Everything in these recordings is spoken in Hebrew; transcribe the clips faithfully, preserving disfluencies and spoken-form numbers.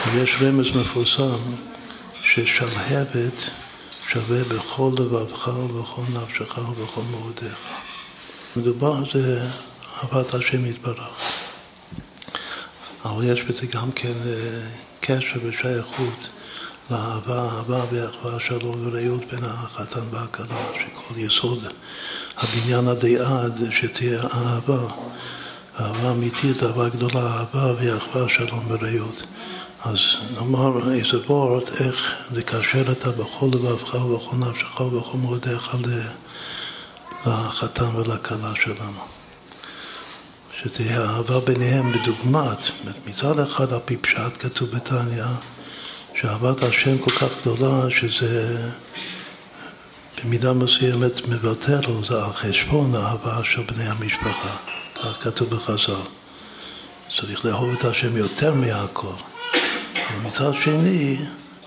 ויש רמז מפורסם ששלהבת שווה בכל לבבך ובכל נפשך ובכל מאודיך. מדובר זה אהבת השם יתברך. אבל יש בזה גם כן קשר ושייכות לאהבה, אהבה ואחווה, שלום ורעות בין החתן והכלה, שכל יסוד הבניין הדעד שתהיה אהבה, אהבה אמיתית, אהבה גדולה, אהבה ואחווה, שלום ורעות. אז נאמר איזה וורט, איך לקשר אתה בכל לבבך ובכל נפשך ובכל מאודיך לחתן ולכלה שלנו. שתהיה אהבה ביניהם בדוגמת, מצד אחד על פי פשט כתוב בתניא, שאהבת השם כל כך גדולה שזה במידה מסוימת מבטל, זה על חשבון האהבה של בני המשפחה. כך כתוב בחז"ל. צריך לאהוב את השם יותר מהכל. אבל מצד שני,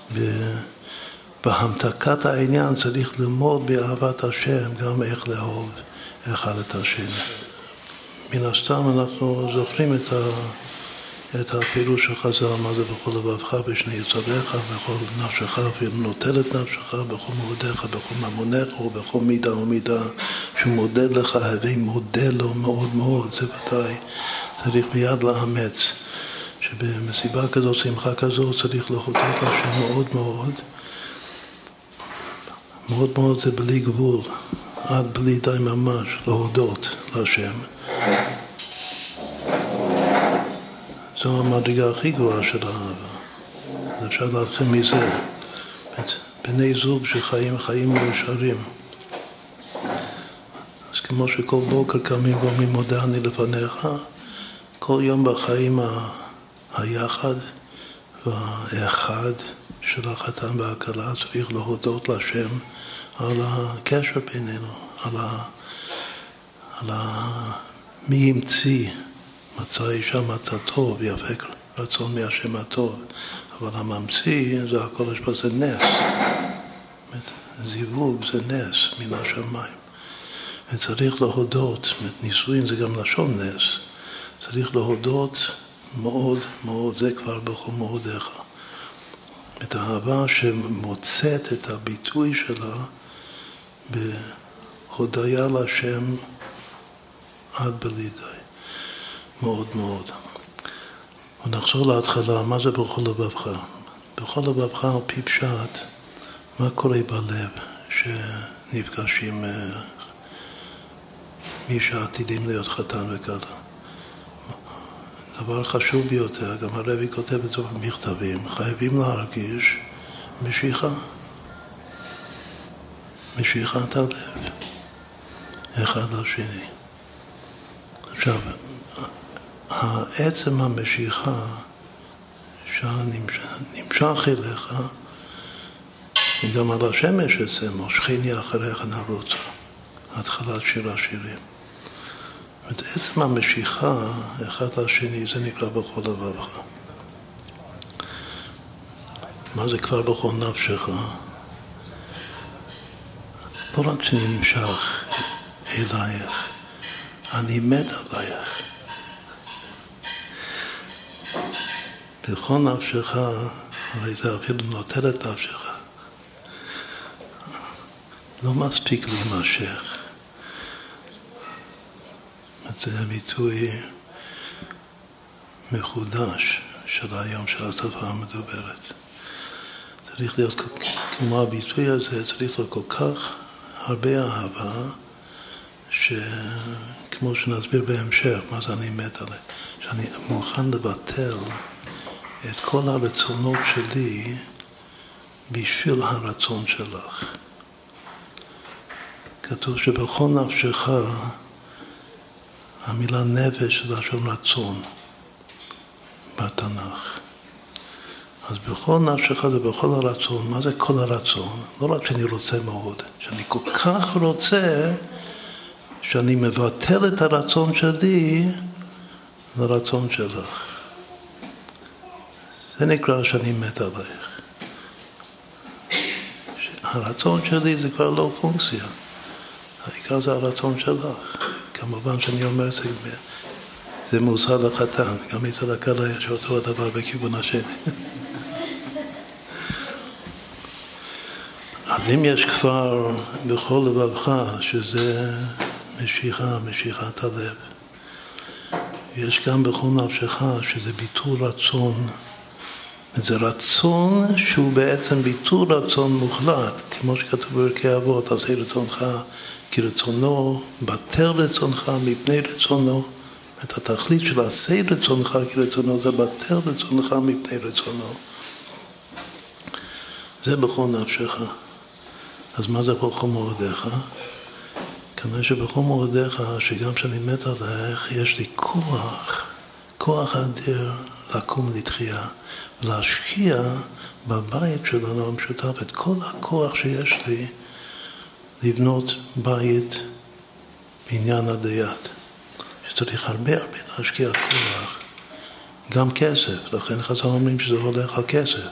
בהמתקת העניין צריך ללמוד באהבת השם גם איך לאהוב אחד את השני. מן הסתם אנחנו זוכרים את, ה, את הפירוש של חז"ל, מה זה בכל לבבך בשני יצריך, בכל נפשך ונוטל את נפשך, בכל מאודיך, בכל ממונך ובכל מידה ומידה שמודד לך, הווי מודד לו מאוד מאוד, זה ודאי צריך מיד לאמץ. שבמסיבה כזאת, שמחה כזאת, צריך להודות לשם מאוד מאוד. מאוד מאוד זה בלי גבול, עד בלי די ממש, להודות לשם. זו המדרגה הכי גבוהה של האהבה. אפשר להתחיל מזה. בני זוג שחיים חיים מאושרים. אז כמו שכל בוקר קמים ואומרים מודה אני לפניך, כל יום בחיים היחד והאחד של החתן והכלה צריך להודות לשם על הקשר בינינו, על ה... על ה... מי המציא, מצא אישה מצא טוב, יפה רצון מהשם הטוב, אבל הממציא זה הקודש פה, זה נס. זיווג זה נס מן השמיים. וצריך להודות, נישואין זה גם לשון נס, צריך להודות מאוד מאוד, זה כבר בכל מאודיך. את האהבה שמוצאת את הביטוי שלה בהודיה לשם עד בלי די. מאוד מאוד. ונחזור להתחלה, מה זה בכל לבבך? בכל לבבך על פי פשט, מה קורה בלב שנפגשים מי שעתידים להיות חתן וכלה? דבר חשוב ביותר, גם הרבי כותב את זה במכתבים, חייבים להרגיש משיכה. משיכת הלב, אחד לשני. עכשיו, העצם המשיכה שנמשך אליך, גם על השמש אצל מושכני אחריך נרוץ, התחלת שיר השירים. את עצם המשיכה אחד לשני זה נקרא בכל לבבך. מה זה כבר בכל נפשך? לא רק שאני נמשך אלייך, אני מת עלייך. בכל נפשך, הרי זה אפילו נוטל את נפשך. לא מספיק להימשך. זה ביטוי מחודש של היום של השפה המדוברת. צריך להיות, כמו הביטוי הזה, צריך להיות כל כך הרבה אהבה, שכמו שנסביר בהמשך, מה זה אני מת עליה, שאני מוכן לבטל את כל הרצונות שלי בשביל הרצון שלך. כתוב שבכל נפשך, המילה נפש זה לשון רצון בתנ"ך. אז בכל נפשך זה בכל הרצון. מה זה כל הרצון? לא רק שאני רוצה מאוד, שאני כל כך רוצה שאני מבטל את הרצון שלי לרצון שלך. זה נקרא שאני מת עלייך. הרצון שלי זה כבר לא פונקציה. העיקר זה הרצון שלך. כמובן שאני אומר את זה, זה מוסר לחתן, גם אצל הכלה יש אותו הדבר בכיוון השני. אז אם יש כבר בכל לבבך, שזה משיכה, משיכת הלב, יש גם בכל נפשך, שזה ביטול רצון, זה רצון שהוא בעצם ביטול רצון מוחלט, כמו שכתוב בברכי אבות, עשה רצונך כרצונו, בטל רצונך מפני רצונו. את התכלית של עשה רצונך כרצונו, זה בטל רצונך מפני רצונו. זה בכל נפשך. אז מה זה בכל מאודיך? כנראה שבכל מאודיך, שגם כשאני מת עליך, יש לי כוח, כוח אדיר לקום לתחייה, ולהשקיע בבית שלנו המשותף את כל הכוח שיש לי לבנות בית בעניין הדיית. שצריך הרבה הרבה להשקיע כוח, גם כסף, לכן חז"ל אומרים שזה הולך על כסף.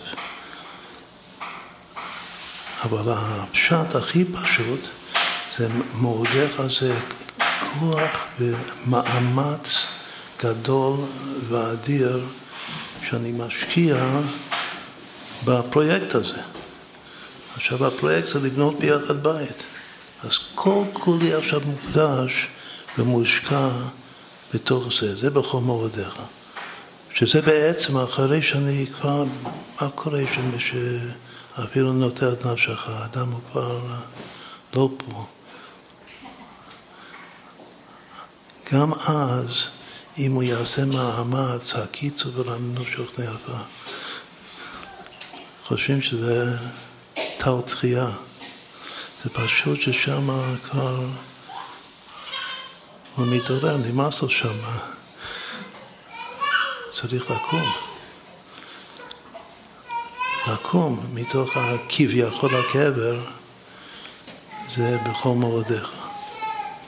אבל הפשט הכי פשוט זה מאודיך, זה כוח ומאמץ גדול ואדיר שאני משקיע בפרויקט הזה. עכשיו הפרויקט זה לבנות ביחד בית. אז כל כולי עכשיו מוקדש ומושקע בתוך זה, זה בכל מאודיך. שזה בעצם אחרי שאני כבר, מה קורה שמש... אפילו נוטה את נפשך, האדם הוא כבר לא פה. גם אז, אם הוא יעשה מאמץ, הקיצו ורעננו שוכני עפר. חושבים שזה תל תחייה. זה פשוט ששם כבר הוא מתעורר, נמאס לו שם. צריך לקום. לקום מתוך הכביכול הקבר, זה בכל מאודיך.